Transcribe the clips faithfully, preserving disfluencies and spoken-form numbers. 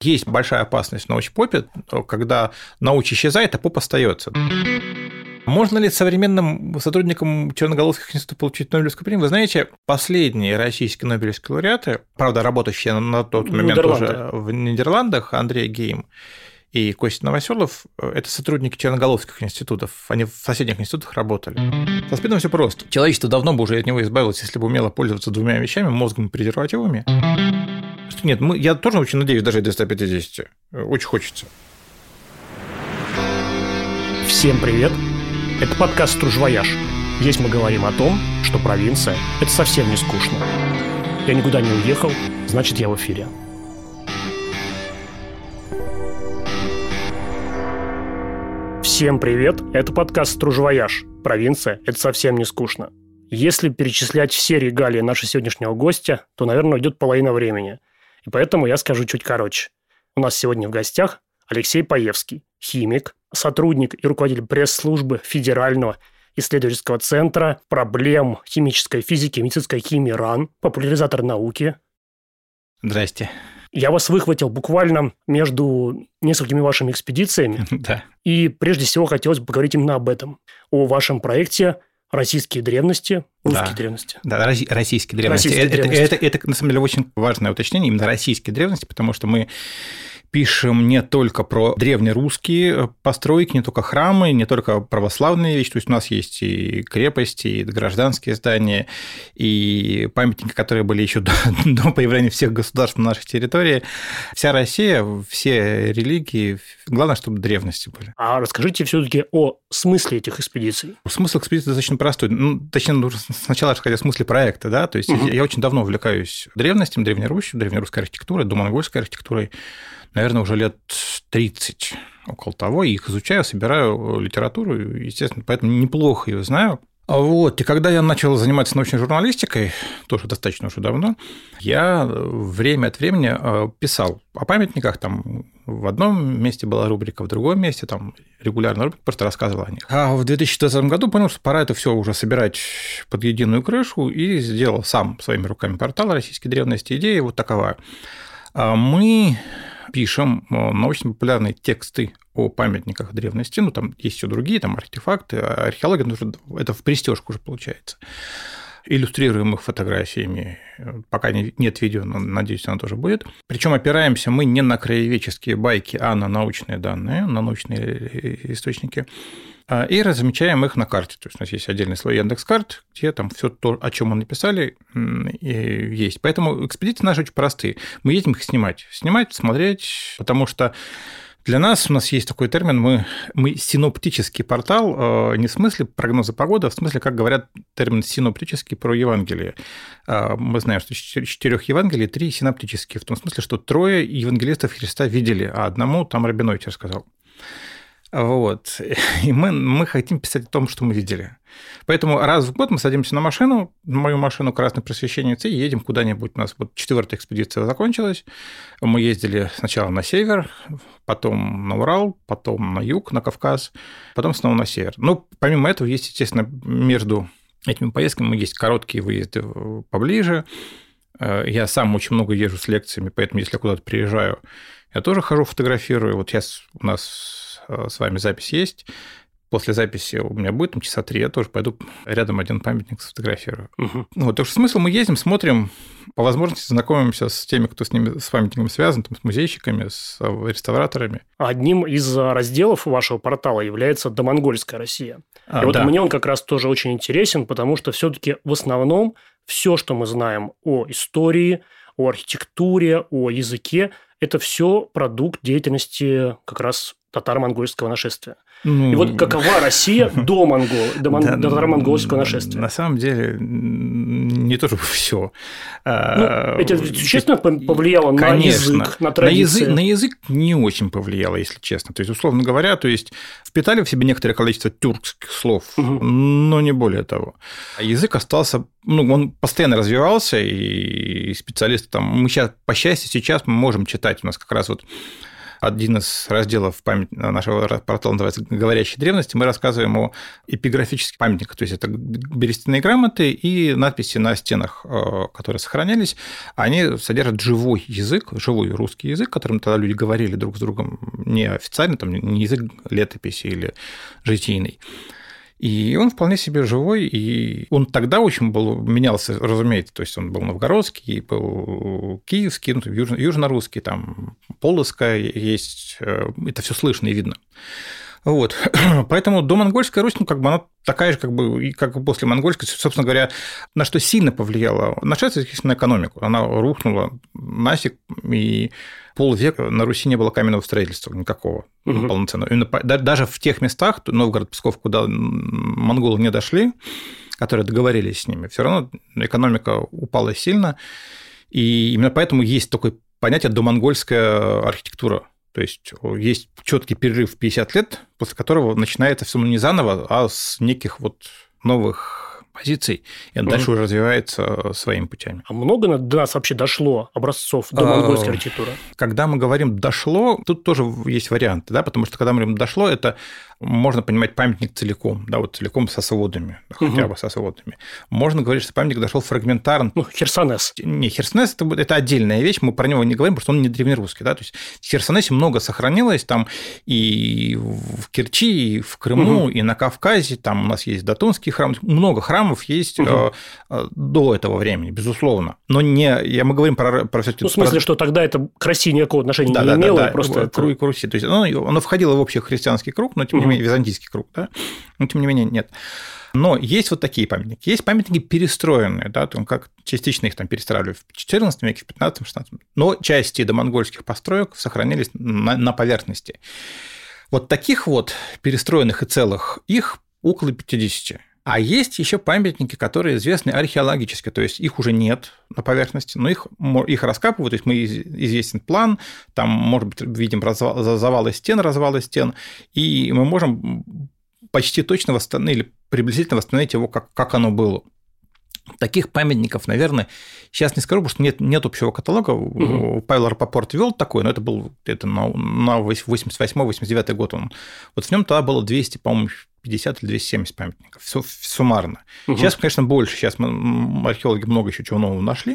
Есть большая опасность в научпопе, когда науч исчезает, а поп остается. Можно ли современным сотрудникам черноголовских институтов получить Нобелевскую премию? Вы знаете, последние российские нобелевские лауреаты, правда, работающие на тот момент уже в Нидерландах, Андрей Гейм и Костя Новоселов, это сотрудники черноголовских институтов, они в соседних институтах работали. Со СПИДом все просто. Человечество давно бы уже от него избавилось, если бы умело пользоваться двумя вещами – мозгом и презервативами. Нет, мы, я тоже очень надеюсь дожить до ста пятидесяти. Очень хочется. Всем привет! Это подкаст «Стружвояж». Здесь мы говорим о том, что провинция – это совсем не скучно. Я никуда не уехал, значит, я в эфире. Всем привет! Это подкаст «Стружвояж». Провинция – это совсем не скучно. Если перечислять все регалии нашего сегодняшнего гостя, то, наверное, уйдет половина времени. И поэтому я скажу чуть короче. У нас сегодня в гостях Алексей Паевский, химик, сотрудник и руководитель пресс-службы Федерального исследовательского центра проблем химической физики и медицинской химии РАН, популяризатор науки. Здрасте. Я вас выхватил буквально между несколькими вашими экспедициями. Да. И прежде всего хотелось бы поговорить именно об этом. О вашем проекте «Российские древности». Русские да. древности. Да, российские древности. Российские это, древности. Это, это, это, на самом деле, очень важное уточнение, именно российские древности, потому что мы пишем не только про древнерусские постройки, не только храмы, не только православные вещи. То есть у нас есть и крепости, и гражданские здания, и памятники, которые были еще до, до появления всех государств на нашей территории. Вся Россия, все религии, главное, чтобы древности были. А расскажите все-таки о смысле этих экспедиций. Смысл экспедиции достаточно простой. Ну, точнее, нужно сначала рассказать о смысле проекта. Да? То есть угу. я очень давно увлекаюсь древностями, древнерусью, древнерусской архитектурой, домонгольской архитектурой. Наверное, уже лет тридцать, около того, и их изучаю, собираю литературу, естественно, поэтому неплохо ее знаю. Вот. И когда я начал заниматься научной журналистикой, тоже достаточно уже давно, я время от времени писал о памятниках, там в одном месте была рубрика, в другом месте там регулярно рубрика, просто рассказывал о них. А в две тысячи двадцатом году понял, что пора это все уже собирать под единую крышу, и сделал сам своими руками портал «Российские древности». Идея вот такова. Мы пишем научно-популярные тексты о памятниках древности, ну, там есть еще другие, там артефакты, археология, это в пристежку уже получается. Иллюстрируем их фотографиями, пока нет видео, но, надеюсь, оно тоже будет. Причем опираемся мы не на краеведческие байки, а на научные данные, на научные источники, и размечаем их на карте. То есть у нас есть отдельный слой Яндекс.Карт, где там все то, о чем мы написали, есть. Поэтому экспедиции наши очень простые. Мы едем их снимать, снимать, смотреть, потому что для нас, у нас есть такой термин, мы, мы синоптический портал, не в смысле прогноза погоды, а в смысле, как говорят термин синоптический про Евангелие. Мы знаем, что четырех Евангелий, три синоптические, в том смысле, что трое евангелистов Христа видели, а одному там Рабинович рассказал. Вот. И мы, мы хотим писать о том, что мы видели. Поэтому раз в год мы садимся на машину, на мою машину «Красной просвещеницы», и едем куда-нибудь. У нас вот четвертая экспедиция закончилась. Мы ездили сначала на север, потом на Урал, потом на юг, на Кавказ, потом снова на север. Ну, помимо этого, есть, естественно, между этими поездками есть короткие выезды поближе. Я сам очень много езжу с лекциями, поэтому если я куда-то приезжаю, я тоже хожу, фотографирую. Вот я, у нас с вами запись есть. После записи у меня будет там часа три, я тоже пойду рядом один памятник сфотографирую. Угу. Вот, так что смысл, мы ездим, смотрим, по возможности знакомимся с теми, кто с ними, с памятниками связан, там, с музейщиками, с реставраторами. Одним из разделов вашего портала является домонгольская Россия. А, И вот да. мне он как раз тоже очень интересен, потому что все-таки в основном все, что мы знаем о истории, о архитектуре, о языке, это все продукт деятельности как раз татаро-монгольского нашествия. Ну, и вот какова Россия до, монгол, до мон... да, татаро-монгольского нашествия? На самом деле, не то чтобы все. Ну, это существенно повлияло Конечно. на язык, на традиции? На язык, на язык не очень повлияло, если честно. То есть, условно говоря, то есть, впитали в себе некоторое количество тюркских слов, угу. но не более того. А язык остался, ну, он постоянно развивался, и специалисты там... Мы сейчас, по счастью, сейчас мы можем читать. У нас как раз вот один из разделов память нашего портала называется «Говорящие древности», мы рассказываем о эпиграфических памятниках, то есть это берестяные грамоты и надписи на стенах, которые сохранялись, они содержат живой язык, живой русский язык, которым тогда люди говорили друг с другом не официально, там, не язык летописи или житийный. И он вполне себе живой, и он тогда очень был, менялся, разумеется, то есть он был новгородский, был киевский, ну, южно, южнорусский, там полоцкая есть, это все слышно и видно. Вот. Поэтому домонгольская Русь, ну, как бы она такая же, как бы, и как и после монгольской, собственно говоря, на что сильно повлияла наша, естественно, экономику. Она рухнула нафиг, и полвека на Руси не было каменного строительства никакого угу. полноценного. Именно даже в тех местах, Новгород, Псков, куда монголы не дошли, которые договорились с ними, все равно экономика упала сильно, и именно поэтому есть такое понятие домонгольская архитектура. То есть есть четкий перерыв в пятьдесят лет, после которого начинается все не заново, а с неких вот новых позиций, и он угу. дальше уже развивается своими путями. А много до нас вообще дошло образцов домонгольской архитектуры? Когда мы говорим «дошло», тут тоже есть варианты, да, потому что когда мы говорим «дошло», это можно понимать памятник целиком, да, вот целиком со сводами, угу. хотя бы со сводами. Можно говорить, что памятник дошел фрагментарно. Ну, Херсонес. Не, Херсонес это, – это отдельная вещь, мы про него не говорим, потому что он не древнерусский, да, то есть в Херсонесе много сохранилось, там и в Керчи, и в Крыму, угу. и на Кавказе, там у нас есть Датунский храм, много храмов есть угу. до этого времени, безусловно. Но не, я, мы говорим про... про ну, в смысле, про... что тогда это к России никакого отношения да, не да, имело, да, да, просто к, это... к Руси. То есть оно, оно входило в общий христианский круг, но тем не менее византийский круг, да, но тем не менее нет. Но есть вот такие памятники. Есть памятники перестроенные, да, там как частично их там перестраивали в четырнадцатом веке, в пятнадцатом, шестнадцатом, но части домонгольских построек сохранились на, на поверхности. Вот таких вот перестроенных и целых их около пятидесяти. А есть еще памятники, которые известны археологически, то есть их уже нет на поверхности, но их, их раскапывают, то есть мы известен план, там, может быть, видим развал, завалы стен, развалы стен, и мы можем почти точно восстановить или приблизительно восстановить его, как, как оно было. Таких памятников, наверное, сейчас не скажу, потому что нет, нет общего каталога. Угу. Павел Рапопорт вел такой, но это был это на, на восемьдесят восьмой - восемьдесят девятый год. Он, вот в нем тогда было двести, по-моему, пятьдесят или двести семьдесят памятников суммарно. Угу. Сейчас, конечно, больше. Сейчас мы, археологи много еще чего нового нашли.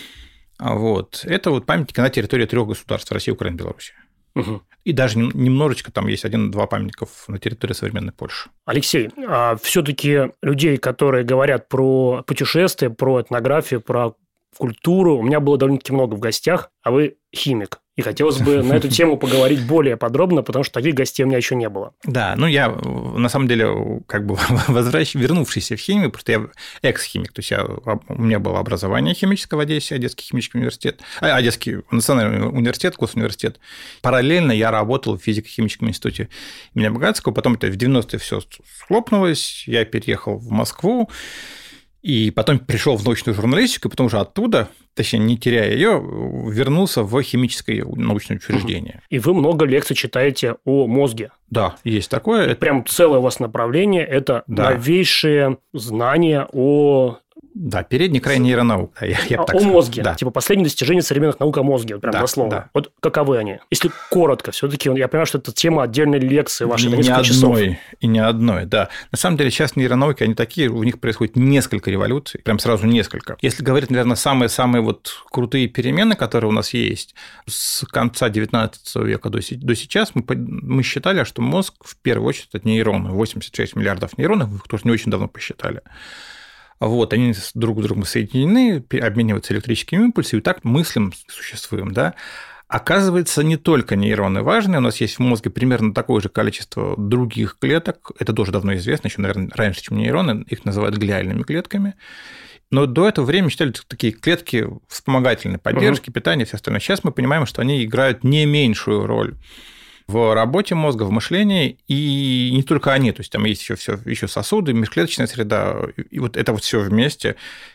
Вот. Это вот памятники на территории трех государств – России, Украины, Беларуси. Угу. И даже немножечко там есть один-два памятников на территории современной Польши. Алексей, а все-таки людей, которые говорят про путешествия, про этнографию, про культуру, у меня было довольно-таки много в гостях, а вы химик. И хотелось бы на эту тему поговорить более подробно, потому что таких гостей у меня еще не было. Да, ну я на самом деле как бы возвращ... вернувшийся в химию, просто я экс-химик, то есть я... у меня было образование химическое в Одессе, Одесский химический университет, а, Одесский национальный университет, госуниверситет. Параллельно я работал в физико-химическом институте имени Богатского, потом это в девяностые все схлопнулось, я переехал в Москву, и потом пришел в научную журналистику, и потом уже оттуда, точнее, не теряя ее, вернулся в химическое научное учреждение. И вы много лекций читаете о мозге. Да, есть такое. Это... Прям целое у вас направление – это да. новейшие знания о... Да, передний край нейронаук. Да, я, я о так о мозге. Да. Типа последние достижения современных наук о мозге. Вот прям да, дословно. Да. Вот каковы они? Если коротко, все-таки я понимаю, что это тема отдельной лекции вашей на несколько часов. Ни одной, и не одной, да. На самом деле сейчас нейронауки, они такие, у них происходит несколько революций, прям сразу несколько. Если говорить, наверное, самые-самые вот крутые перемены, которые у нас есть, с конца девятнадцатого века до сейчас, мы, мы считали, что мозг в первую очередь это нейроны, восемьдесят шесть миллиардов нейронов, их тоже не очень давно посчитали. Вот, они друг с другом соединены, обмениваются электрическими импульсами, и так мыслим, существуем, да. Оказывается, не только нейроны важны, у нас есть в мозге примерно такое же количество других клеток, это тоже давно известно, еще, наверное, раньше, чем нейроны, их называют глиальными клетками. Но до этого времени считали такие клетки вспомогательной поддержки, угу. питания и все остальное. Сейчас мы понимаем, что они играют не меньшую роль в работе мозга, в мышлении, и не только они, то есть там есть еще, все, еще сосуды, межклеточная среда, и вот это вот все вместе,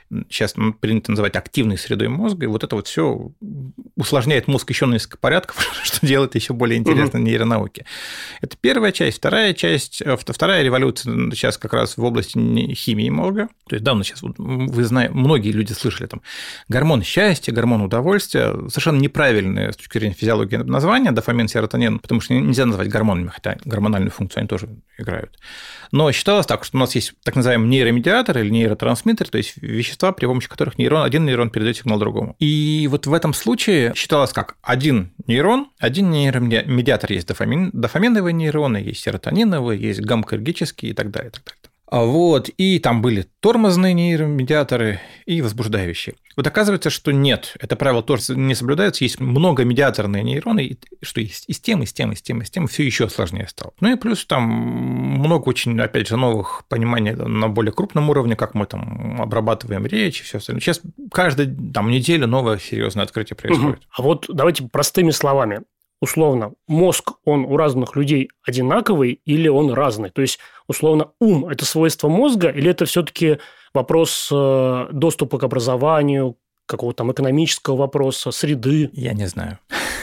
сейчас принято называть активной средой мозга, и вот это вот все усложняет мозг еще на несколько порядков, что делает еще более интересно угу. нейронауки. Это первая часть. Вторая часть, вторая революция сейчас как раз в области химии мозга. То есть, да, сейчас вы знаете, многие люди слышали там гормон счастья, гормон удовольствия, совершенно неправильные с точки зрения физиологии названия, дофамин, серотонин, потому что нельзя назвать гормонами, хотя гормональную функцию они тоже играют. Но считалось так, что у нас есть так называемый нейромедиатор или нейротрансмиттер, то есть вещества, при помощи которых нейрон, один нейрон передает сигнал другому. И вот в этом случае считалось как один нейрон, один нейромедиатор есть дофамин, дофаминовые нейроны, есть серотониновые, есть гамма-кергические и так далее, и так далее. Вот, и там были тормозные нейромедиаторы и возбуждающие. Вот оказывается, что нет, это правило тоже не соблюдается, есть многомедиаторные нейроны, и что есть и с тем, и с тем, и с тем, и с тем, все еще сложнее стало. Ну и плюс там много очень, опять же, новых пониманий на более крупном уровне, как мы там обрабатываем речь и все остальное. Сейчас каждую там неделю новое серьезное открытие происходит. Угу. А вот давайте простыми словами. Условно, мозг, он у разных людей одинаковый или он разный? То есть, условно, ум – это свойство мозга или это все-таки вопрос доступа к образованию, какого-то там экономического вопроса, среды? Я не знаю.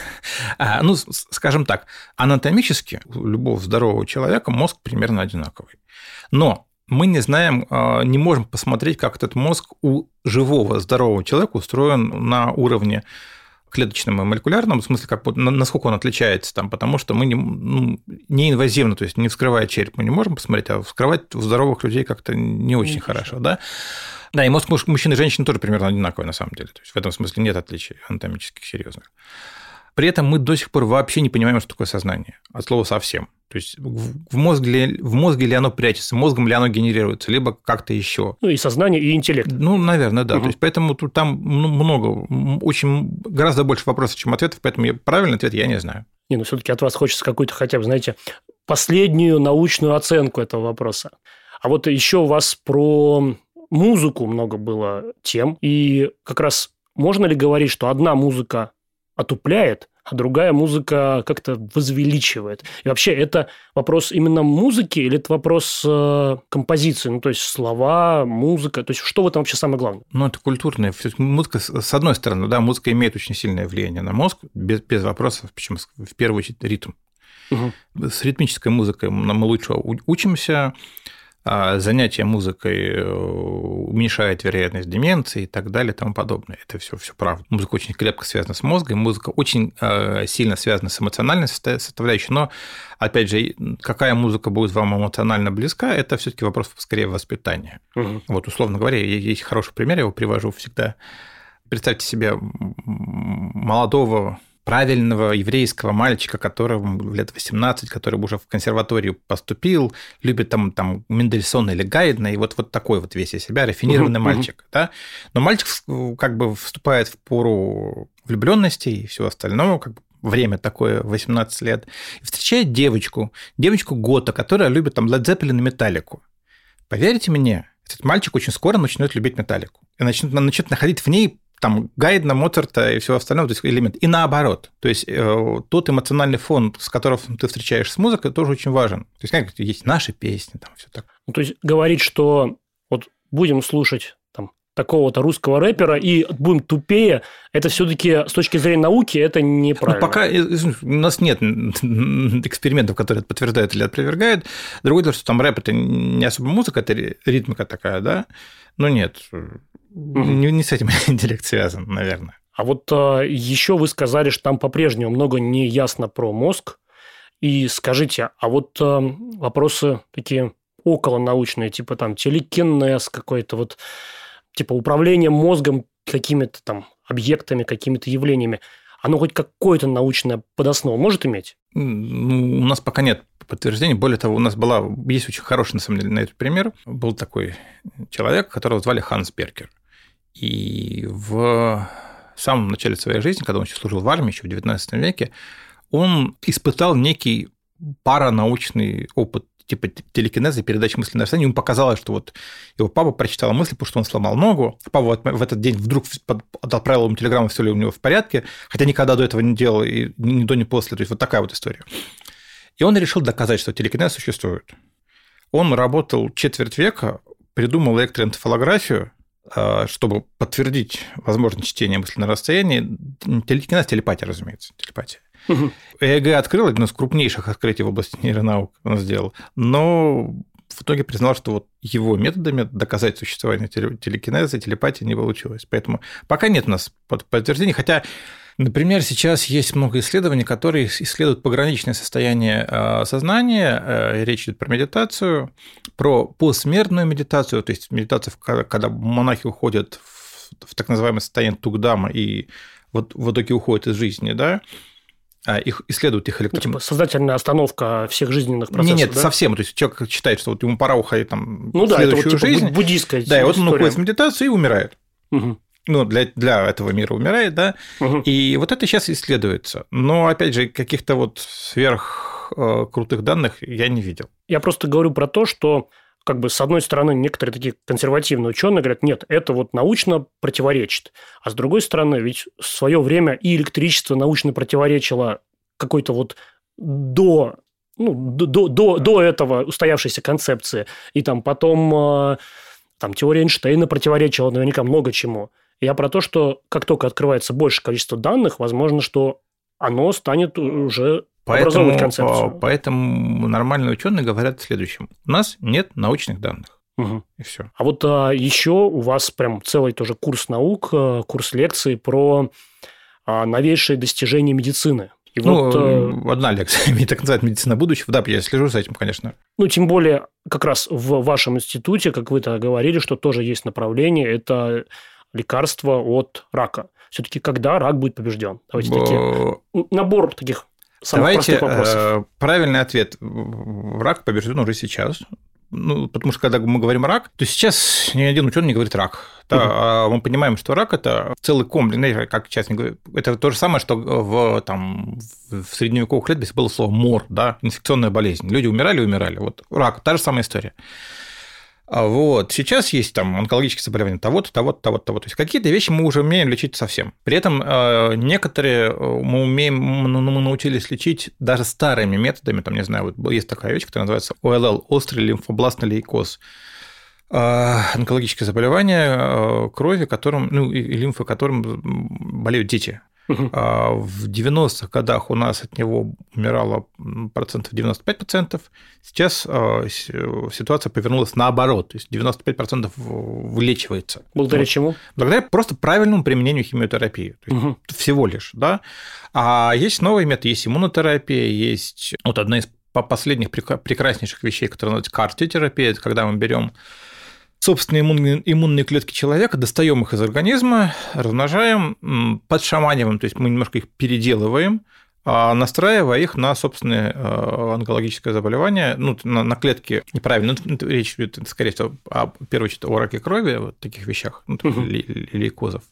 Ну, скажем так, анатомически у любого здорового человека мозг примерно одинаковый. Но мы не знаем, не можем посмотреть, как этот мозг у живого здорового человека устроен на уровне клеточном и молекулярном, в смысле, как, насколько он отличается, там, потому что мы не, ну, не инвазивно, то есть не вскрывая череп, мы не можем посмотреть, а вскрывать у здоровых людей как-то не очень mm-hmm. хорошо, да? Да, и мозг мужчин и женщин тоже примерно одинаковый на самом деле, то есть в этом смысле нет отличий анатомических серьезных. При этом мы до сих пор вообще не понимаем, что такое сознание, от слова совсем. То есть в мозге, в мозге ли оно прячется, мозгом ли оно генерируется, либо как-то еще. Ну и сознание, и интеллект. Ну, наверное, да. Угу. То есть поэтому тут там много, очень гораздо больше вопросов, чем ответов, поэтому я, правильный ответ я не знаю. Не, ну все-таки от вас хочется какую-то хотя бы, знаете, последнюю научную оценку этого вопроса. А вот еще у вас про музыку много было тем, и как раз можно ли говорить, что одна музыка отупляет, а другая музыка как-то возвеличивает. И вообще, это вопрос именно музыки или это вопрос э, композиции? Ну, то есть, слова, музыка. То есть, что в этом вообще самое главное? Ну, это культурная. Музыка, с одной стороны, да, музыка имеет очень сильное влияние на мозг, без, без вопросов, причем в первую очередь ритм. Угу. С ритмической музыкой мы лучше учимся, занятие музыкой уменьшает вероятность деменции и так далее и тому подобное. Это все, все правда. Музыка очень крепко связана с мозгом, музыка очень сильно связана с эмоциональной составляющей, но, опять же, какая музыка будет вам эмоционально близка, это все-таки вопрос скорее воспитания. Угу. Вот, условно говоря, есть хороший пример, я его привожу всегда. Представьте себе молодого правильного еврейского мальчика, которому лет восемнадцать, который уже в консерваторию поступил, любит там, там Мендельсона или Гайдна, и вот, вот такой вот весь из себя рафинированный uh-huh, мальчик. Uh-huh. Да? Но мальчик как бы вступает в пору влюбленности и всего остального, как бы время такое, восемнадцать лет, и встречает девочку, девочку Гота, которая любит там Led Zeppelin и Металлику. Поверьте мне, этот мальчик очень скоро начнет любить Металлику и начнет, начнет находить в ней там Гайдна, Моцарта и всего остального, то есть элемент. И наоборот. То есть тот эмоциональный фон, с которым ты встречаешься с музыкой, тоже очень важен. То есть как есть наши песни, там все так. Ну, то есть говорить, что вот будем слушать там такого-то русского рэпера и будем тупее, это все-таки с точки зрения науки это неправильно. Ну, пока у нас нет экспериментов, которые это подтверждают или опровергают. Другое дело, что там рэп – это не особо музыка, это ритмика такая, да? Но нет, угу. не, не с этим интеллект связан, наверное. А вот а, еще вы сказали, что там по-прежнему много не ясно про мозг. И скажите, а вот а, вопросы такие околонаучные, типа там телекинез какой-то, вот типа управление мозгом какими-то там объектами, какими-то явлениями, оно хоть какое-то научное подоснову может иметь? Ну, у нас пока нет подтверждений. Более того, у нас была, есть очень хороший, на самом деле, на этот пример. Был такой человек, которого звали Ханс Беркер. И в самом начале своей жизни, когда он еще служил в армии, еще в девятнадцатом веке, он испытал некий паранаучный опыт типа телекинеза, передачи мысли на расстоянии. Ему показалось, что вот его папа прочитал мысль, потому что он сломал ногу. Папа в этот день вдруг отправил ему телеграмму, все ли у него в порядке, хотя никогда до этого не делал, и ни до, ни после. То есть вот такая вот история. И он решил доказать, что телекинез существует. Он работал четверть века, придумал электроэнцефалографию, чтобы подтвердить возможность чтения мысли на расстоянии. Телекинез, телепатия, разумеется, телепатия. Угу. ЭЭГ открыл одно из крупнейших открытий в области нейронаук, он сделал, но в итоге признал, что вот его методами доказать существование телекинеза и телепатии не получилось. Поэтому пока нет у нас подтверждений, хотя, например, сейчас есть много исследований, которые исследуют пограничное состояние сознания, речь идет про медитацию, про посмертную медитацию, то есть медитацию, когда монахи уходят в так называемое состояние тугдама и вот в итоге уходят из жизни, да, их исследуют их электронные... Ну, типа сознательная остановка всех жизненных процессов, Нет, нет, да? совсем. То есть человек считает, что вот ему пора уходить там, ну, в да, следующую это вот, типа, жизнь. буддийская Да, и вот он история. уходит в медитацию и умирает. Угу. Ну, для, для этого мира умирает, да. Угу. И вот это сейчас исследуется. Но, опять же, каких-то вот сверх крутых данных я не видел. Я просто говорю про то, что как бы с одной стороны некоторые такие консервативные ученые говорят, нет, это вот научно противоречит. А с другой стороны, ведь в свое время и электричество научно противоречило какой-то вот до, ну, до, до, до этого устоявшейся концепции. И там потом там, теория Эйнштейна противоречила наверняка много чему. Я про то, что как только открывается больше количество данных, возможно, что оно станет уже образовывать концепцию. Поэтому нормальные ученые говорят в следующем. У нас нет научных данных. Угу. И все. А вот а, еще у вас прям целый тоже курс наук, курс лекций про а, новейшие достижения медицины. И ну, вот, одна лекция, так называется, медицина будущего. Да, я слежу за этим, конечно. Ну, тем более, как раз в вашем институте, как вы-то говорили, что тоже есть направление, это лекарство от рака. Все-таки когда рак будет побежден? Давайте Бо... такие... Набор таких самых Давайте, простых вопросов. Э, правильный ответ. Рак побежден уже сейчас. Ну, потому что, когда мы говорим рак, то сейчас ни один ученый не говорит рак. Да, угу. Мы понимаем, что рак – это целый комплекс, как сейчас не говорят, это то же самое, что в, там, в средневековых летописях было слово мор, да, инфекционная болезнь. Люди умирали и умирали. Вот рак – та же самая история. Вот. Сейчас есть там онкологические заболевания того-то, того-то, того-то, того-то. То есть какие-то вещи мы уже умеем лечить совсем. При этом некоторые мы умеем, мы научились лечить даже старыми методами. Там, не знаю, вот есть такая вещь, которая называется о эл эл – острый лимфобластный лейкоз. Онкологическое заболевание крови, которым, ну, и лимфы, которым болеют дети. Угу. В девяностых годах у нас от него умирало процентов девяносто пять процентов. Сейчас ситуация повернулась наоборот. То есть девяносто пять процентов вылечивается. Благодаря вот. чему? Благодаря просто правильному применению химиотерапии. То есть угу. всего лишь. Да? А есть новые методы. Есть иммунотерапия, есть вот одна из последних прекраснейших вещей, которая называется кар-Т-терапия. Это когда мы берем собственные иммунные, иммунные клетки человека, достаем их из организма, размножаем, подшаманиваем, то есть мы немножко их переделываем, настраивая их на собственное онкологическое заболевание, ну, на, на клетки неправильно, ну, речь идет, скорее всего, о, в первую очередь, о раке крови, вот таких вещах, ну, угу. лейкозов.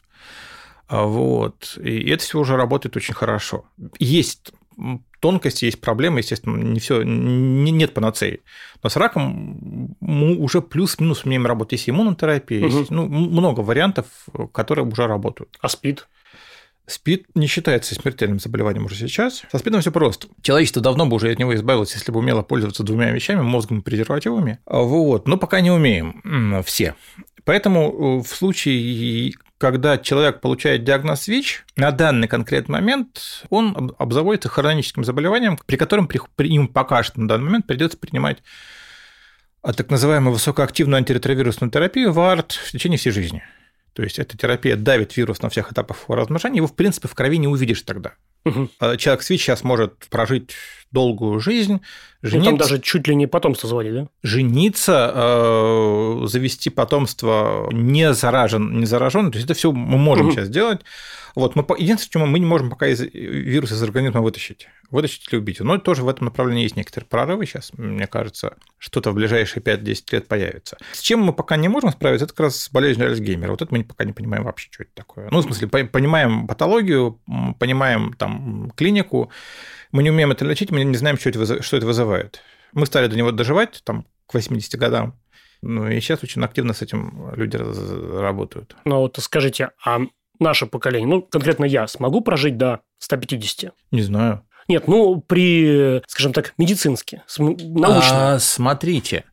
Вот. И это все уже работает очень хорошо. Есть тонкости, есть проблемы, естественно, не все, не, нет панацеи. Но с раком мы уже плюс-минус умеем работать. Есть иммунотерапия, угу. есть ну, много вариантов, которые уже работают. А СПИД? СПИД не считается смертельным заболеванием уже сейчас. Со СПИДом все просто. Человечество давно бы уже от него избавилось, если бы умело пользоваться двумя вещами, мозгом и презервативами. Вот. Но пока не умеем все. Поэтому в случае, когда человек получает диагноз ВИЧ, на данный конкретный момент он обзаводится хроническим заболеванием, при котором при, при ему пока что на данный момент придется принимать так называемую высокоактивную антиретровирусную терапию ВАРТ в течение всей жизни. То есть эта терапия давит вирус на всех этапах его размножения, его, в принципе, в крови не увидишь тогда. Угу. Человек с ВИЧ сейчас может прожить долгую жизнь, жениться. Ну, там даже чуть ли не потомство заводить, да? Жениться, завести потомство не заражен, не заражен. То есть это все мы можем угу. сейчас делать. Вот, мы, единственное, чему мы не можем пока из, вирус из организма вытащить. Вытащить или убить. Но тоже в этом направлении есть некоторые прорывы сейчас, мне кажется, что-то в ближайшие пять-десять лет появится. С чем мы пока не можем справиться, это как раз болезнь Альцгеймера. Вот это мы пока не понимаем вообще, что это такое. Ну, в смысле, понимаем патологию, понимаем там клинику, мы не умеем это лечить, мы не знаем, что это, что это вызывает. Мы стали до него доживать там, к восьмидесяти годам, ну и сейчас очень активно с этим люди работают. Ну вот скажите, а наше поколение, ну конкретно я, смогу прожить до ста пятидесяти? Не знаю. Нет, ну, при, скажем так, медицински, научно. А, смотрите,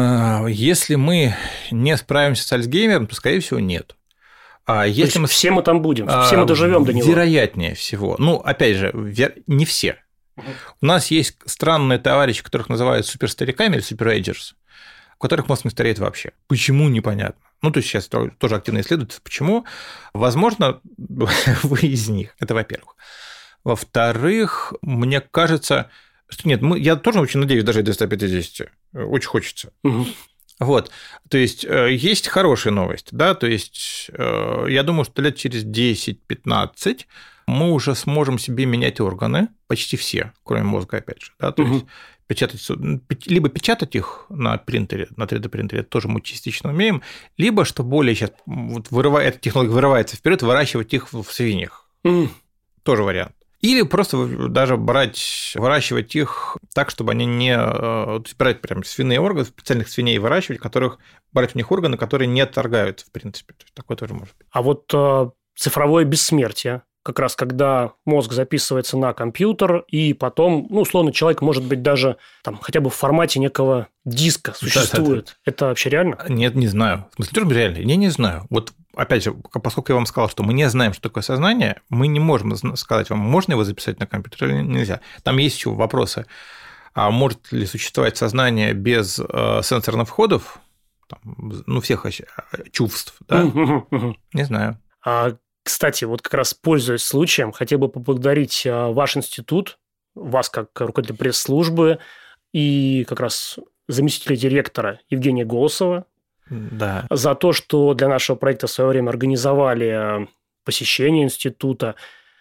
если мы не справимся с Альцгеймером, то, скорее всего, нет. А если мы... Все мы там будем, все мы доживем до него. Вероятнее всего. Ну, опять же, не все. У нас есть странные товарищи, которых называют суперстариками или суперэйджерс, у которых мозг не стареет вообще. Почему, непонятно. Ну, то есть сейчас тоже активно исследуется, почему. Возможно, вы из них. Это во-первых. Во-вторых, мне кажется, что нет, мы, я тоже очень надеюсь дожить до ста пятидесяти. Очень хочется. Угу. Вот, то есть есть хорошая новость, да, то есть я думаю, что лет через десять-пятнадцать мы уже сможем себе менять органы, почти все, кроме мозга, опять же, да, то угу. есть печатать, либо печатать их на принтере, на три дэ принтере, это тоже мы частично умеем, либо, что более сейчас, вот вырывает, эта технология вырывается вперед, выращивать их в свиньях, угу. тоже вариант. Или просто даже брать, выращивать их так, чтобы они не... брать прям свиные органы, специальных свиней выращивать, которых брать у них органы, которые не отторгают, в принципе. То есть такое тоже может быть. А вот э, цифровое бессмертие, как раз когда мозг записывается на компьютер, и потом, ну, условно, человек, может быть, даже там хотя бы в формате некого диска существует. Да, да, да. Это вообще реально? Нет, не знаю. В смысле, тоже реально? Я не знаю. Вот опять же, поскольку я вам сказал, что мы не знаем, что такое сознание, мы не можем сказать вам, можно его записать на компьютер или нельзя. Там есть еще вопросы. А может ли существовать сознание без сенсорных входов, там, ну, всех чувств, да? Не знаю. А, кстати, вот как раз пользуясь случаем, хотел бы поблагодарить ваш институт, вас как руководителя пресс-службы и как раз заместителя директора Евгения Голосова, да. за то, что для нашего проекта в свое время организовали посещение института.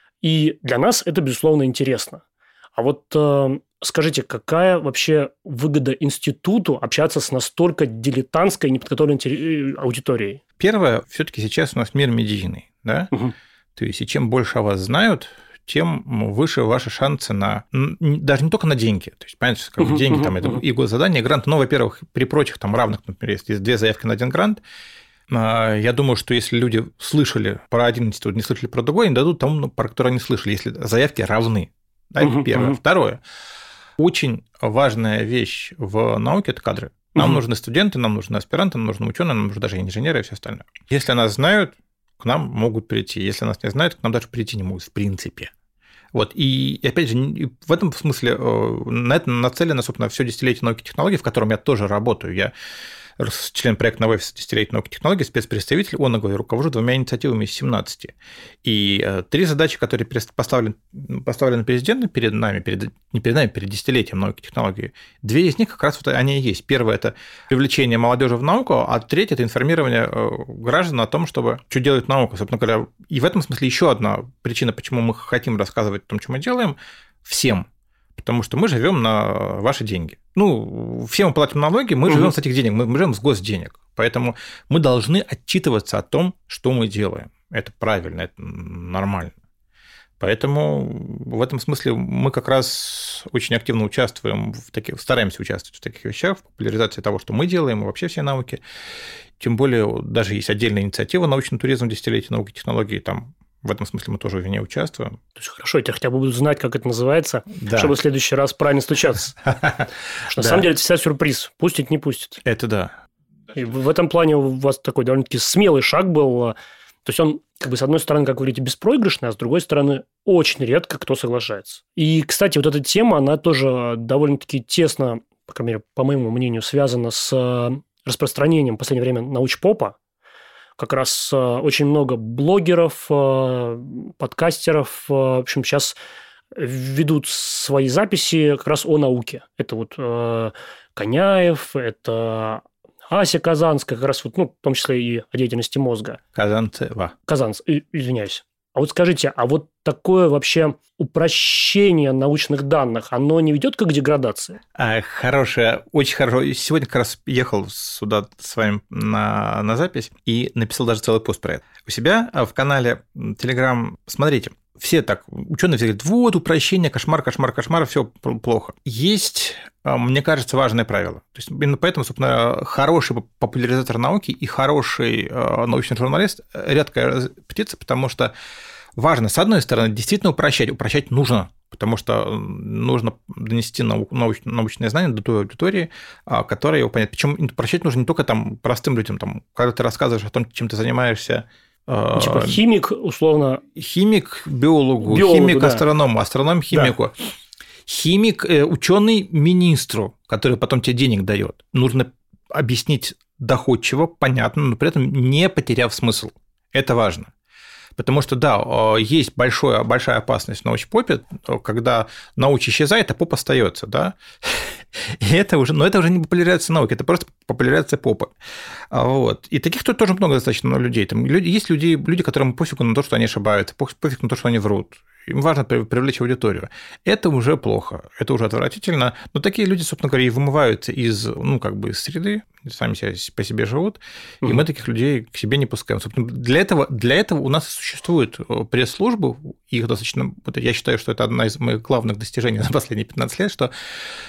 И для нас это, безусловно, интересно. А вот э, скажите, какая вообще выгода институту общаться с настолько дилетантской, неподготовленной аудиторией? Первое, все-таки сейчас у нас мир медийный, да? Угу. То есть, и чем больше о вас знают, тем выше ваши шансы на... Даже не только на деньги. То есть, понимаете, как uh-huh, деньги, uh-huh, там, это uh-huh. и госзадание, и грант. Но, во-первых, при прочих там равных, например, если есть две заявки на один грант, я думаю, что если люди слышали про один институт, не слышали про другой, они дадут тому, про который они слышали, если заявки равны. Да, это uh-huh, первое. Uh-huh. Второе. Очень важная вещь в науке – это кадры. Нам uh-huh. нужны студенты, нам нужны аспиранты, нам нужны ученые, нам нужны даже инженеры и все остальное. Если нас знают, к нам могут прийти. Если нас не знают, к нам даже прийти не могут, в принципе. Вот. И, опять же, в этом смысле на это нацелено, собственно, все десятилетие науки и технологий, в котором я тоже работаю. Я член проекта новой десятилетия науки и технологий, спецпредставитель ОНОГО, и руковожу двумя инициативами из семнадцати. И три задачи, которые поставлены, поставлены президентом перед нами, перед, не перед нами, перед десятилетием науки и технологий, две из них как раз вот они и есть. Первое – это привлечение молодежи в науку, а третье – это информирование граждан о том, чтобы что делает наука. Собственно говоря, и в этом смысле еще одна причина, почему мы хотим рассказывать о том, что мы делаем, всем. Потому что мы живем на ваши деньги. Ну, все мы платим налоги, мы угу. живем с этих денег, мы живем с госденег. Поэтому мы должны отчитываться о том, что мы делаем. Это правильно, это нормально. Поэтому в этом смысле мы как раз очень активно участвуем в таких, стараемся участвовать в таких вещах, в популяризации того, что мы делаем, и вообще все науки. Тем более, даже есть отдельная инициатива «Научный туризм. Десятилетие науки и технологий», там в этом смысле мы тоже в ней участвуем. То есть, хорошо, я хотя бы буду знать, как это называется, да. чтобы в следующий раз правильно стучаться. На самом деле, это всегда сюрприз. Пустит, не пустит. Это да. И в этом плане у вас такой довольно-таки смелый шаг был. То есть, он, как бы, с одной стороны, как вы говорите, беспроигрышный, а с другой стороны, очень редко кто соглашается. И, кстати, вот эта тема, она тоже довольно-таки тесно, по крайней мере, по моему мнению, связана с распространением в последнее время научпопа. Как раз очень много блогеров, подкастеров, в общем, сейчас ведут свои записи как раз о науке. Это вот Коняев, это Ася Казанская, как раз вот, ну, в том числе и о деятельности мозга. Казанцева. Казанц, извиняюсь. А вот скажите, а вот такое вообще упрощение научных данных, оно не ведет к деградации? А, хорошее, очень хорошее. Сегодня как раз ехал сюда с вами на, на запись и написал даже целый пост про это. У себя в канале Telegram, смотрите, все так, ученые все говорят, вот упрощение, кошмар, кошмар, кошмар, все плохо. Есть, мне кажется, важное правило. То есть именно поэтому, собственно, хороший популяризатор науки и хороший научный журналист – редкая птица, потому что важно, с одной стороны, действительно упрощать, упрощать нужно. потому что нужно донести нау- науч- научные знания до той аудитории, которая его понять. Причем прочитать нужно не только там простым людям, там, когда ты рассказываешь о том, чем ты занимаешься. Типа химик, условно. Химик биологу, Биологу, химик да. астроному, астроном химику. Да. Химик, ученый министру, который потом тебе денег дает. Нужно объяснить доходчиво, понятно, но при этом не потеряв смысл. Это важно. Потому что, да, есть большая, большая опасность в научпопе, когда науч исчезает, а поп остается, да. И это уже, но это уже не популяризация науки, это просто популяризация попа. Вот. И таких тут тоже много достаточно людей. Там люди, есть люди, люди, которым пофигу на то, что они ошибаются, пофиг на то, что они врут. Им важно привлечь аудиторию. Это уже плохо, это уже отвратительно. Но такие люди, собственно говоря, и вымываются из, ну, как бы, из среды, сами себя по себе живут, mm-hmm. и мы таких людей к себе не пускаем. Собственно, для этого, для этого у нас и существуют пресс-службы, их достаточно, вот я считаю, что это одна из моих главных достижений за последние пятнадцать лет, что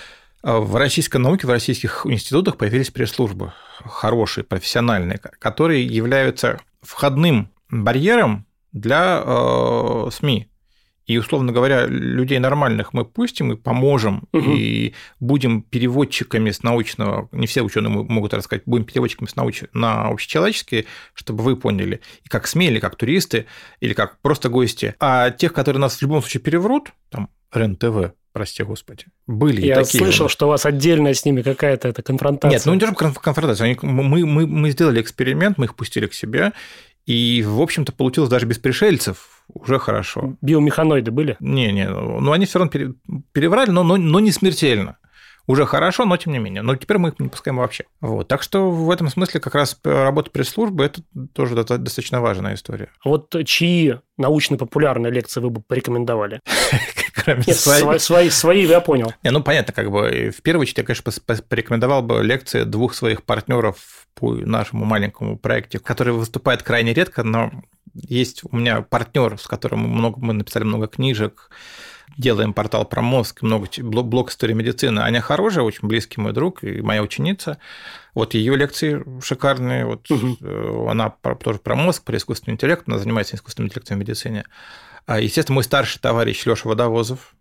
в российской науке, в российских институтах появились пресс-службы хорошие, профессиональные, которые являются входным барьером для э, СМИ. И, условно говоря, людей нормальных мы пустим и поможем, угу. и будем переводчиками с научного, не все ученые могут рассказать, будем переводчиками с науч... на общечеловеческие, чтобы вы поняли, и как СМИ, или как туристы, или как просто гости. А тех, которые нас в любом случае переврут, там, РЕН-ТВ, прости господи, были Я и такие. Я слышал, что у вас отдельно с ними какая-то эта конфронтация. Нет, ну не даже конфронтация. Мы, мы, мы сделали эксперимент, мы их пустили к себе, и, в общем-то, получилось даже без пришельцев, уже хорошо. Биомеханоиды были? Не-не, ну они все равно переврали, но, но, но не смертельно. Уже хорошо, но тем не менее. Но теперь мы их не пускаем вообще. Вот. Так что в этом смысле как раз работа пресс-службы – это тоже достаточно важная история. Вот чьи научно-популярные лекции вы бы порекомендовали? Кроме Нет, свои. Свои, свои, я понял. Не, ну, понятно, как бы в первую очередь я, конечно, порекомендовал бы лекции двух своих партнеров по нашему маленькому проекту, который выступает крайне редко, но есть у меня партнер, с которым мы, много, мы написали много книжек, делаем портал про мозг, много блог истории медицины. Аня Хорошая, очень близкий мой друг и моя ученица. Вот ее лекции шикарные. Вот угу. Она тоже про мозг, про искусственный интеллект. Она занимается искусственным интеллектом в медицине. Естественно, мой старший товарищ Лёша Водовозов.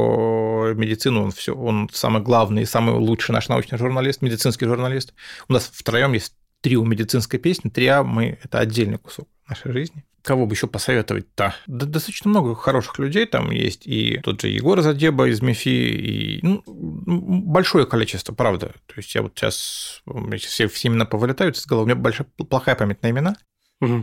Про медицину он, все, он самый главный, самый лучший наш научный журналист, медицинский журналист. У нас втроем есть трио медицинской песни. Триа мы – это отдельный кусок нашей жизни. Кого бы еще посоветовать-то? Да, достаточно много хороших людей там есть. И тот же Егор Задеба из МИФИ, и ну, большое количество, правда. То есть я вот сейчас, все, все имена повылетают из головы, у меня большая, плохая память на имена. Угу.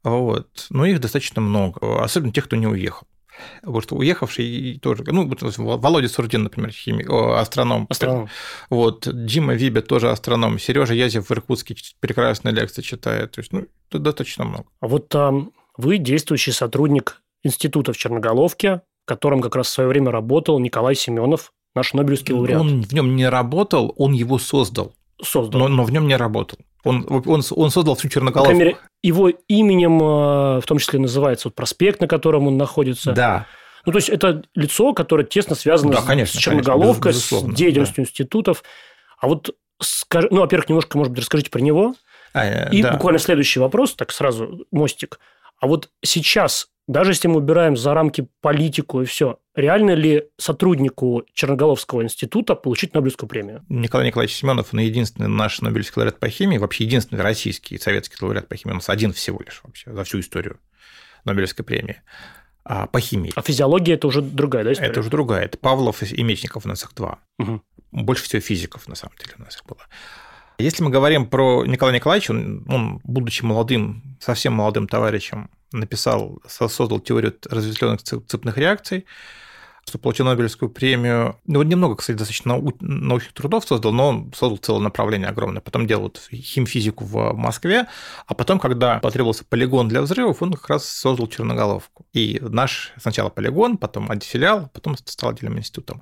Вот. Но их достаточно много, особенно тех, кто не уехал. Потому что уехавший тоже, ну, Володя Сурдин, например, химик, о, астроном. Астроном. Вот, Дима Вибе тоже астроном. Сережа Язев в Иркутске прекрасные лекции читает. То есть, ну, тут достаточно много. А вот там вы действующий сотрудник института в Черноголовке, в котором как раз в свое время работал Николай Семенов, наш Нобелевский лауреат. Он в нем не работал, он его создал. Создал. Но, но в нем не работал. Он, он, он создал всю Черноголовку. По крайней мере, его именем в том числе называется вот проспект, на котором он находится. Да. Ну, то есть, это лицо, которое тесно связано да, конечно, с Черноголовкой, конечно, с деятельностью да. институтов. А вот, скажи, ну, во-первых, немножко, может быть, расскажите про него. А, и да. буквально следующий вопрос, так сразу мостик. А вот сейчас, даже если мы убираем за рамки политику и все, реально ли сотруднику Черноголовского института получить Нобелевскую премию? Николай Николаевич Семенов, он единственный наш Нобелевский лауреат по химии, вообще единственный российский и советский лауреат по химии, у нас один всего лишь вообще за всю историю Нобелевской премии по химии. А физиология – это уже другая, да, история? Это уже другая. Это Павлов и Мечников у нас их два. Угу. Больше всего физиков, на самом деле, у нас их было. Если мы говорим про Николая Николаевича, он, он, будучи молодым, совсем молодым товарищем, написал, создал теорию разветвленных цепных реакций, что получил Нобелевскую премию. Ну, вот немного, кстати, достаточно научных трудов создал, но он создал целое направление огромное. Потом делал вот химфизику в Москве, а потом, когда потребовался полигон для взрывов, он как раз создал Черноголовку. И наш сначала полигон, потом филиал, потом стал отдельным институтом.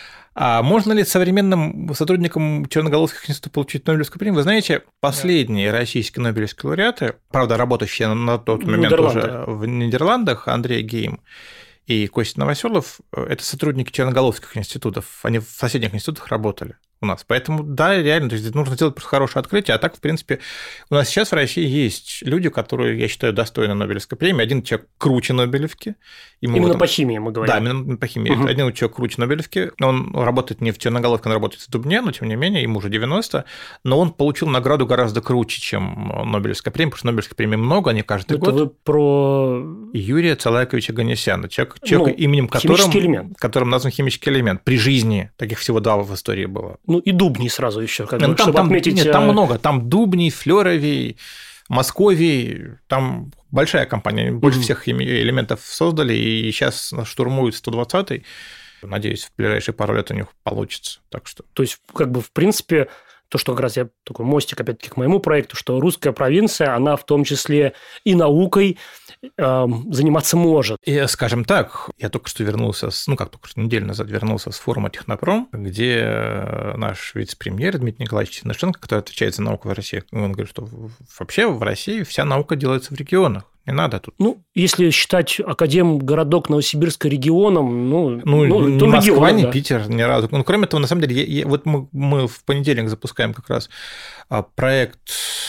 А можно ли современным сотрудникам Черноголовских институтов получить Нобелевскую премию? Вы знаете, последние да. российские Нобелевские лауреаты, правда, работающие на тот момент уже в Нидерландах, Андрей Гейм и Костя Новоселов, это сотрудники Черноголовских институтов. Они в соседних институтах работали. у нас. Поэтому, да, реально, то есть нужно сделать просто хорошее открытие. А так, в принципе, у нас сейчас в России есть люди, которые, я считаю, достойны Нобелевской премии. Один человек круче Нобелевки. Ему именно вот... по химии мы говорим. Да, именно по химии. Угу. Один человек круче Нобелевки. Он работает не в Черноголовке, он работает в Дубне, но, тем не менее, ему уже девяносто. Но он получил награду гораздо круче, чем Нобелевская премия, потому что Нобелевской премии много, они каждый Это год. Вы про... Юрия Цалайковича Ганесяна, человек, человек ну, именем которым, которым назван химический элемент. При жизни таких всего два в истории было. Ну, и Дубний сразу еще, как ну, бы, там, чтобы там, отметить... Нет, там много. Там Дубний, Флёровий, Московий, там большая компания. Больше mm-hmm. всех элементов создали, и сейчас штурмуют сто двадцатый. Надеюсь, в ближайшие пару лет у них получится. Так что... То есть, как бы, в принципе, то, что как раз я такой мостик, опять-таки, к моему проекту, что русская провинция, она в том числе и наукой э, заниматься может. И, скажем так, я только что вернулся, с, ну, как только что неделю назад вернулся с форума Технопром, где наш вице-премьер Дмитрий Николаевич Тимошенко, который отвечает за науку в России, он говорит, что вообще в России вся наука делается в регионах. Не надо тут. Ну, если считать Академгородок Новосибирска регионом, ну, ну, ну ни то Москва, регион, ни да. Питер ни разу. Ну, кроме того, на самом деле, я, я, вот мы, мы в понедельник запускаем как раз проект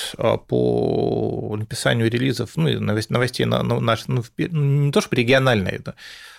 по написанию релизов, ну, новостей на, на наш, ну, не то чтобы региональные, да,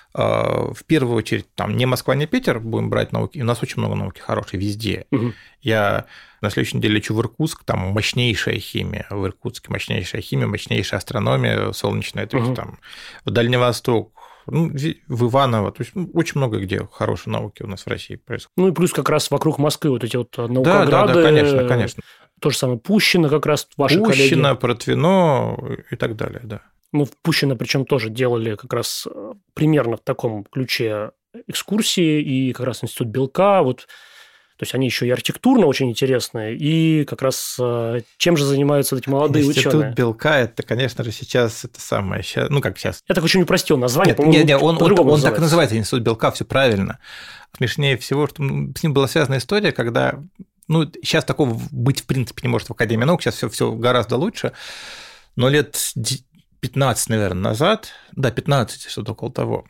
в первую очередь, там, не Москва, не Питер будем брать науки, и у нас очень много науки хорошей везде. Угу. Я на следующей неделе лечу в Иркутск, там мощнейшая химия, в Иркутске мощнейшая химия, мощнейшая астрономия солнечная, то есть угу. там в Дальний Восток, ну, в Иваново, то есть ну, очень много где хорошей науки у нас в России происходит. Ну и плюс как раз вокруг Москвы вот эти вот наукограды. Да, да, да, конечно, конечно. То же самое Пущино как раз ваши Пущино, коллеги. Пущино, Протвино и так далее, да. Мы в Пущино причем тоже делали как раз примерно в таком ключе экскурсии, и как раз Институт белка, вот, то есть они еще и архитектурно очень интересные, и как раз чем же занимаются эти молодые Институт ученые. Институт белка, это, конечно же, сейчас это самое, сейчас, ну как сейчас. Я так очень упростил название, нет, по-моему, нет, нет, он, он, он, он так и называется. называется, Институт белка, все правильно. Смешнее всего, что с ним была связана история, когда, ну, сейчас такого быть в принципе не может в Академии наук, сейчас все, все гораздо лучше, но лет пятнадцать, наверное, назад, да, пятнадцать, что-то около того,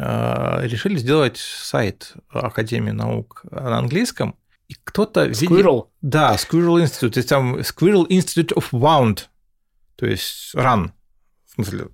решили сделать сайт Академии наук на английском, и кто-то... Squirrel? Видел... Да, Squirrel Institute, то есть там Squirrel Institute of Wound, то есть run, в смысле,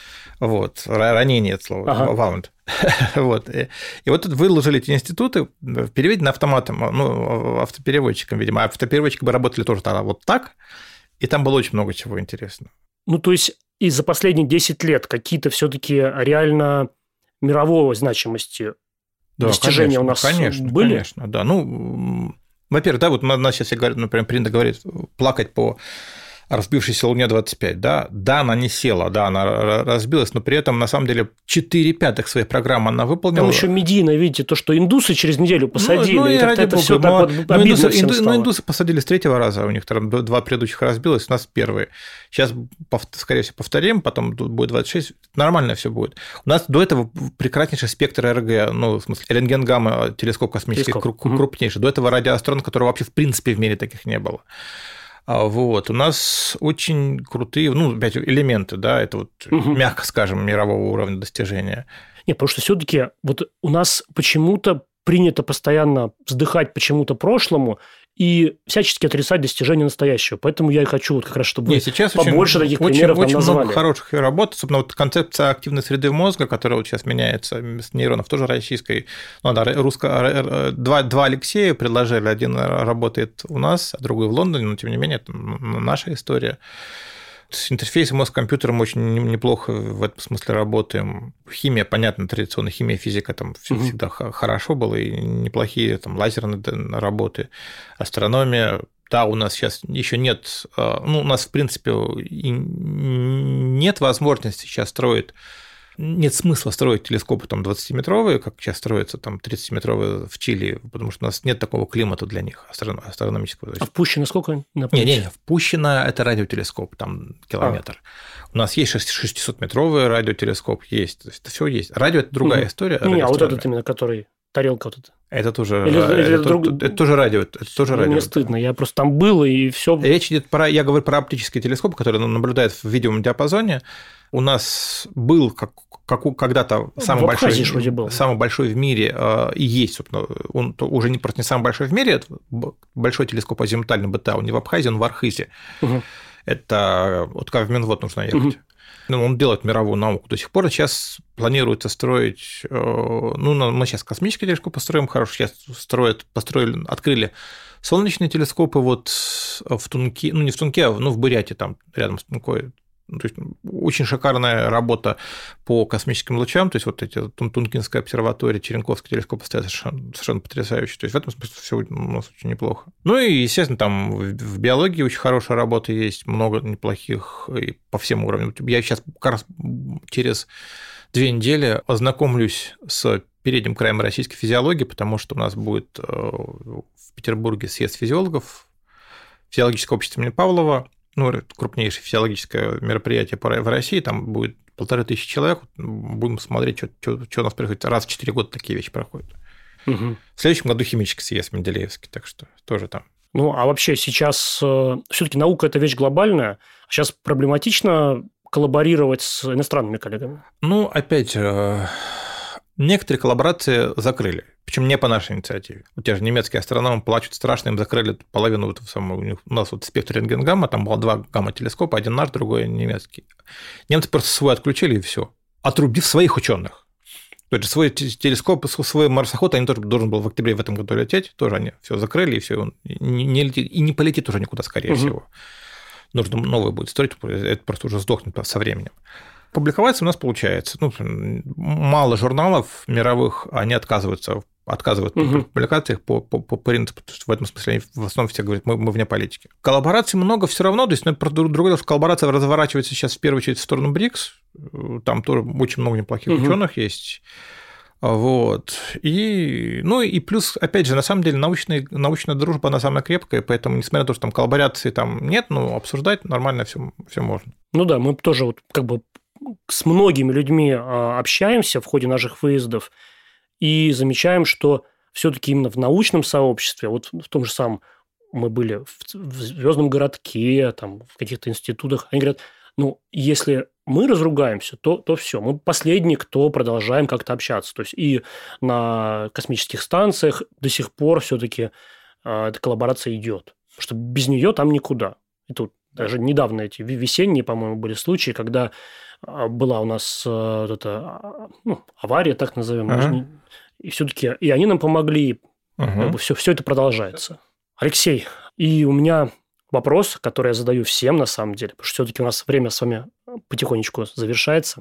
вот, ранение от слова, ага. wound. Вот. И, и вот тут выложили эти институты, переведены автоматом, ну, автопереводчиком, видимо, а автопереводчики бы работали тоже тогда вот так, и там было очень много чего интересного. Ну, то есть, и за последние десять лет какие-то все-таки реально мировой значимости да, достижения конечно, у нас конечно, были? Конечно, да. Ну, во-первых, да, вот у нас сейчас, я говорю, например, принято говорить, плакать по разбившейся Луне двадцать пять, да, да, она не села, да, она разбилась, но при этом, на самом деле, четыре пятых своей программы она выполнила. Там еще медийно, видите, то, что индусы через неделю посадили, ну, ну, и как-то это все но, так вот но обидно индусы, всем инду, стало. Но индусы посадили с третьего раза, у них там два предыдущих разбилось, у нас первые. Сейчас, скорее всего, повторим, потом будет двадцать шесть, нормально все будет. У нас до этого прекраснейший спектр РГ, ну, в смысле, рентген-гамма, телескоп космический, телескоп. крупнейший. До этого радиоастрон, которого вообще в принципе в мире таких не было. Вот. У нас очень крутые, ну, опять элементы, да, это вот, угу. мягко скажем, мирового уровня достижения. Нет, потому что все-таки вот у нас почему-то принято постоянно вздыхать почему-то прошлому и всячески отрицать достижения настоящего. Поэтому я и хочу вот как раз, чтобы Нет, сейчас побольше очень, таких очень, примеров очень нам назвали. Очень много хороших работ, особенно вот концепция активной среды мозга, которая вот сейчас меняется с нейронов, тоже российской. Ну, да, русско... два, два Алексея предложили, один работает у нас, а другой в Лондоне, но тем не менее это наша история. С интерфейсом мозг-компьютером очень неплохо в этом смысле работаем. Химия, понятно, традиционная химия, физика там угу. всегда хорошо было, и неплохие там лазерные работы, астрономия. Да, у нас сейчас еще нет, ну, у нас, в принципе, нет возможности сейчас строить, нет смысла строить телескопы там двадцатиметровые, как сейчас строятся там тридцатиметровые в Чили, потому что у нас нет такого климата для них астрономического. А в Пущино сколько? Не-не, в Пущино это радиотелескоп, там километр. А. У нас есть шестисотметровый радиотелескоп, есть, то есть это все есть. Радио – это другая угу. история. Не, а вот этот именно, который… Тарелка вот эта. Это тоже, или, это, или это, друг... это, это тоже радио. Это тоже Мне радио. стыдно, я просто там был, и все. Речь идет про, я говорю про оптический телескоп, который наблюдает в видимом диапазоне, У нас был как, как, когда-то самый большой, был. самый большой в мире э, и есть, он уже не просто не самый большой в мире, это большой телескоп азимутальный БТА, он не в Абхазии, он в Архизе. Угу. Это вот как в Минвод нужно ехать. Угу. Ну, он делает мировую науку до сих пор. Сейчас планируется строить, ну, мы сейчас космический телескоп построим, хорошо, сейчас строят, построили, открыли солнечные телескопы вот в Тунке, ну, не в Тунке, а ну, в Бурятии, там рядом с Тункой. То есть очень шикарная работа по космическим лучам, то есть вот эти Тункинская обсерватория, Черенковский телескоп стоят совершенно, совершенно потрясающие. То есть в этом смысле все у нас очень неплохо. Ну и, естественно, там в биологии очень хорошая работа есть, много неплохих и по всем уровням. Я сейчас как раз через две недели ознакомлюсь с передним краем российской физиологии, потому что у нас будет в Петербурге съезд физиологов, физиологическое общество имени Павлова, ну, крупнейшее физиологическое мероприятие в России, там будет полторы тысячи человек, будем смотреть, что, что, что у нас происходит. Раз в четыре года такие вещи проходят. Угу. В следующем году химический съезд Менделеевский, так что тоже там. Ну, а вообще сейчас э, все-таки наука – это вещь глобальная, а сейчас проблематично коллаборировать с иностранными коллегами? Ну, опять, э, некоторые коллаборации закрыли. Причем не по нашей инициативе. У тебя же немецкие астрономы плачут страшно, им закрыли половину вот самого, у, них, у нас вот спектр рентген-гамма, там было два гамма-телескопа, один наш, другой немецкий. Немцы просто свой отключили и все, отрубив своих ученых. То есть свой телескоп, свой марсоход, они тоже должен был в октябре в этом году лететь, тоже они все закрыли, и все, он не, не летит, и не полетит уже никуда, скорее угу. всего. Нужно новое будет строить, это просто уже сдохнет со временем. Публиковаться у нас получается. Ну, мало журналов мировых, они отказываются отказывают угу. в публикациях по, по, по принципу, что в этом смысле они в основном все говорят, мы, мы вне политики. Коллабораций много все равно, то есть, ну, другое, что коллаборация разворачивается сейчас в первую очередь в сторону БРИКС, там тоже очень много неплохих угу. ученых есть. Вот. И, ну и плюс, опять же, на самом деле научная, научная дружба, она самая крепкая, поэтому, несмотря на то, что там коллаборации там нет, ну, обсуждать нормально все, все можно. Ну да, мы тоже вот как бы с многими людьми общаемся в ходе наших выездов, и замечаем, что все-таки именно в научном сообществе, вот в том же самом мы были в Звездном городке, там, в каких-то институтах, они говорят, ну, если мы разругаемся, то, то все, мы последние, кто продолжаем как-то общаться. То есть и на космических станциях до сих пор все-таки э, эта коллаборация идет, потому что без нее там никуда. И тут даже недавно эти весенние, по-моему, были случаи, когда была у нас э, эта, ну, авария, так назовем, uh-huh. и все-таки и они нам помогли, uh-huh. как бы все, все это продолжается. Алексей, и у меня вопрос, который я задаю всем на самом деле, потому что все-таки у нас время с вами потихонечку завершается.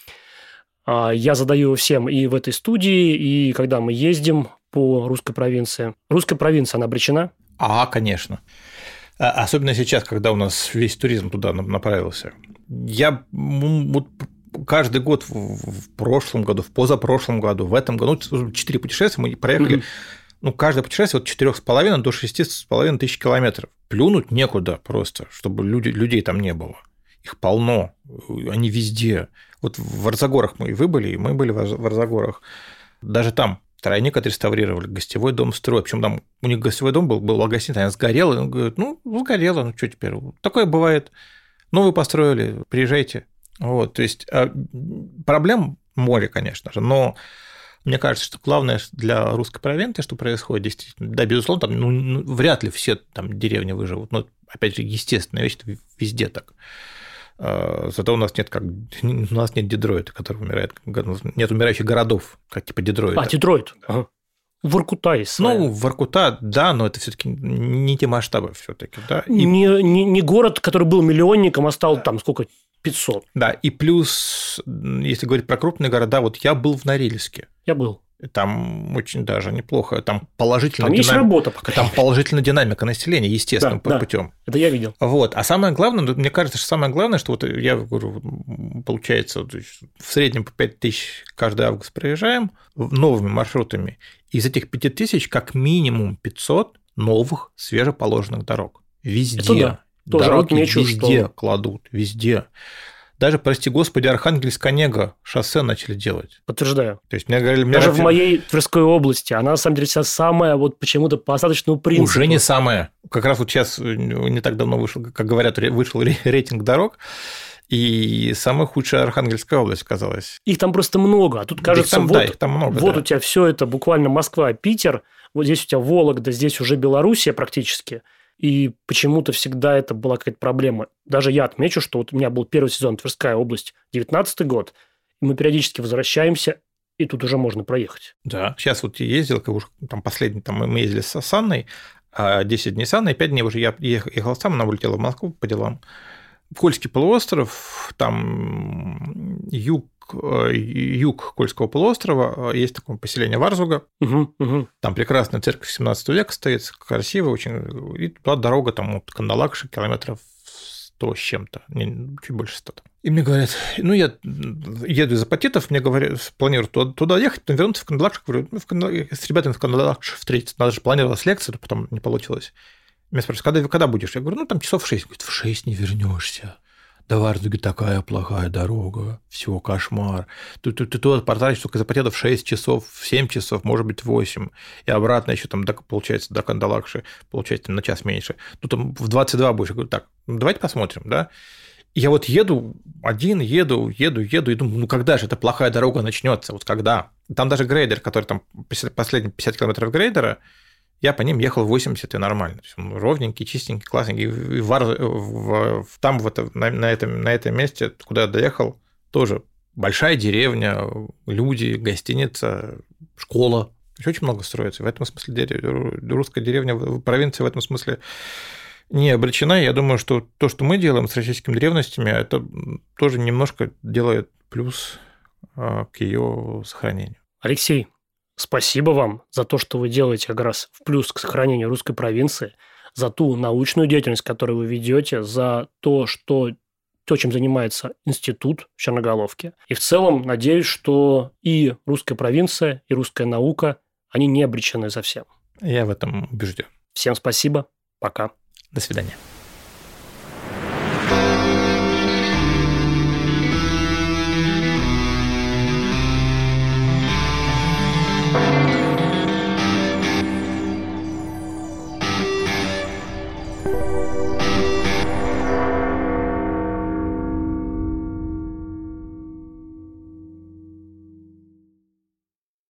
Я задаю его всем и в этой студии, и когда мы ездим по русской провинции. Русская провинция, она обречена? А, конечно. Особенно сейчас, когда у нас весь туризм туда направился. Я вот каждый год в прошлом году, в позапрошлом году, в этом году, ну, четыре путешествия мы проехали, mm-hmm. ну, каждое путешествие от четырёх с половиной до шести с половиной тысяч километров. Плюнуть некуда просто, чтобы люди, людей там не было. Их полно, они везде. Вот в Арзагорах мы и вы были, и мы были в Арзагорах. Даже там тройник отреставрировали, гостевой дом строят. Причем там у них гостевой дом был, был гостиница, она сгорела. Он говорит, ну, сгорела, ну, что теперь? Такое бывает. Новый построили, приезжайте. Вот, то есть проблем море, конечно же, но мне кажется, что главное для русской провинции, что происходит, действительно, да, безусловно, там, ну, вряд ли все там деревни выживут, но, опять же, естественная вещь, везде так. Зато у нас нет как у нас нет Детройта, который умирает, нет умирающих городов, как типа Детройта. А, Детройт. Ага. Воркута есть своя. Ну, Воркута, да, но это все-таки не те масштабы все-таки, да. И... Не, не, не город, который был миллионником, а стал там сколько? пятьсот. Да, и плюс, если говорить про крупные города, вот я был в Норильске. Я был. Там очень даже неплохо. Там положительная там динамика. Есть работа, пока. Там положительная динамика населения, естественным да, путем. Да, это я видел. Вот. А самое главное, мне кажется, что самое главное, что вот я говорю, получается, в среднем по пять тысяч каждый август проезжаем новыми маршрутами. Из этих пяти тысяч как минимум пятьсот новых свежеположенных дорог. Везде. Это да. Тоже дороги отмечу, везде что... кладут, везде. Даже, прости господи, Архангельск-Онега шоссе начали делать. Подтверждаю. То есть мне говорили, мне даже раз... в моей Тверской области она, на самом деле, сейчас самая, вот почему-то по остаточному принципу. Уже не самая. Как раз вот сейчас не так давно вышел, как говорят, вышел рейтинг дорог, И самая худшая Архангельская область казалась. Их там просто много. А тут кажется, там, вот, да, их там много, вот да. у тебя все это буквально Москва, Питер, вот здесь у тебя Вологда, здесь уже Белоруссия практически. И почему-то всегда это была какая-то проблема. Даже я отмечу, что вот у меня был первый сезон Тверская область, девятнадцатый год, и мы периодически возвращаемся, и тут уже можно проехать. Да. Сейчас вот ездил, как уж там последний, там мы ездили с Анной, десять дней с Анной, пять дней уже я ехал сам, она улетела в Москву по делам. Кольский полуостров, там юг, юг Кольского полуострова, есть такое поселение Варзуга, угу, угу. Там прекрасная церковь семнадцатого века стоит, красиво очень, и туда дорога там от Кандалакши километров сто с чем-то, не, чуть больше ста. И мне говорят, ну, я еду из Апатитов, мне говорят, планирую туда, туда ехать, потом вернуться в Кандалакшу, говорю, ну, в Кандалакшу, с ребятами в Кандалакше встретиться, надо же планировалась лекция, потом не получилось. Меня спрашивают, когда, когда будешь? Я говорю, ну, там часов в шесть. Говорит, в шесть не вернешься. До Варзуги такая плохая дорога, все, кошмар. Ты, ты, ты туда порталишь только из Апатитов в шесть часов, в семь часов, может быть, восемь. И обратно еще там, получается, до Кандалакши, получается, на час меньше. Ну, там в двадцать два будешь. Я говорю, так, ну, давайте посмотрим, да. И я вот еду один, еду, еду, еду, и думаю, ну, когда же эта плохая дорога начнется? Вот когда? Там даже грейдер, который там последние пятьдесят километров грейдера, я по ним ехал восемьдесят, и нормально. То есть он ровненький, чистенький, классненький. И в, в, в, там, в это, на, на, этом, на этом месте, куда я доехал, тоже большая деревня, люди, гостиница, школа. Еще очень много строится. В этом смысле русская деревня, провинция в этом смысле не обречена. Я думаю, что то, что мы делаем с российскими древностями, это тоже немножко делает плюс к ее сохранению. Алексей, спасибо вам за то, что вы делаете как раз в плюс к сохранению русской провинции, за ту научную деятельность, которую вы ведете, за то, что то, чем занимается институт в Черноголовке. И в целом надеюсь, что и русская провинция, и русская наука, они не обречены совсем. Я в этом убежден. Всем спасибо. Пока. До свидания.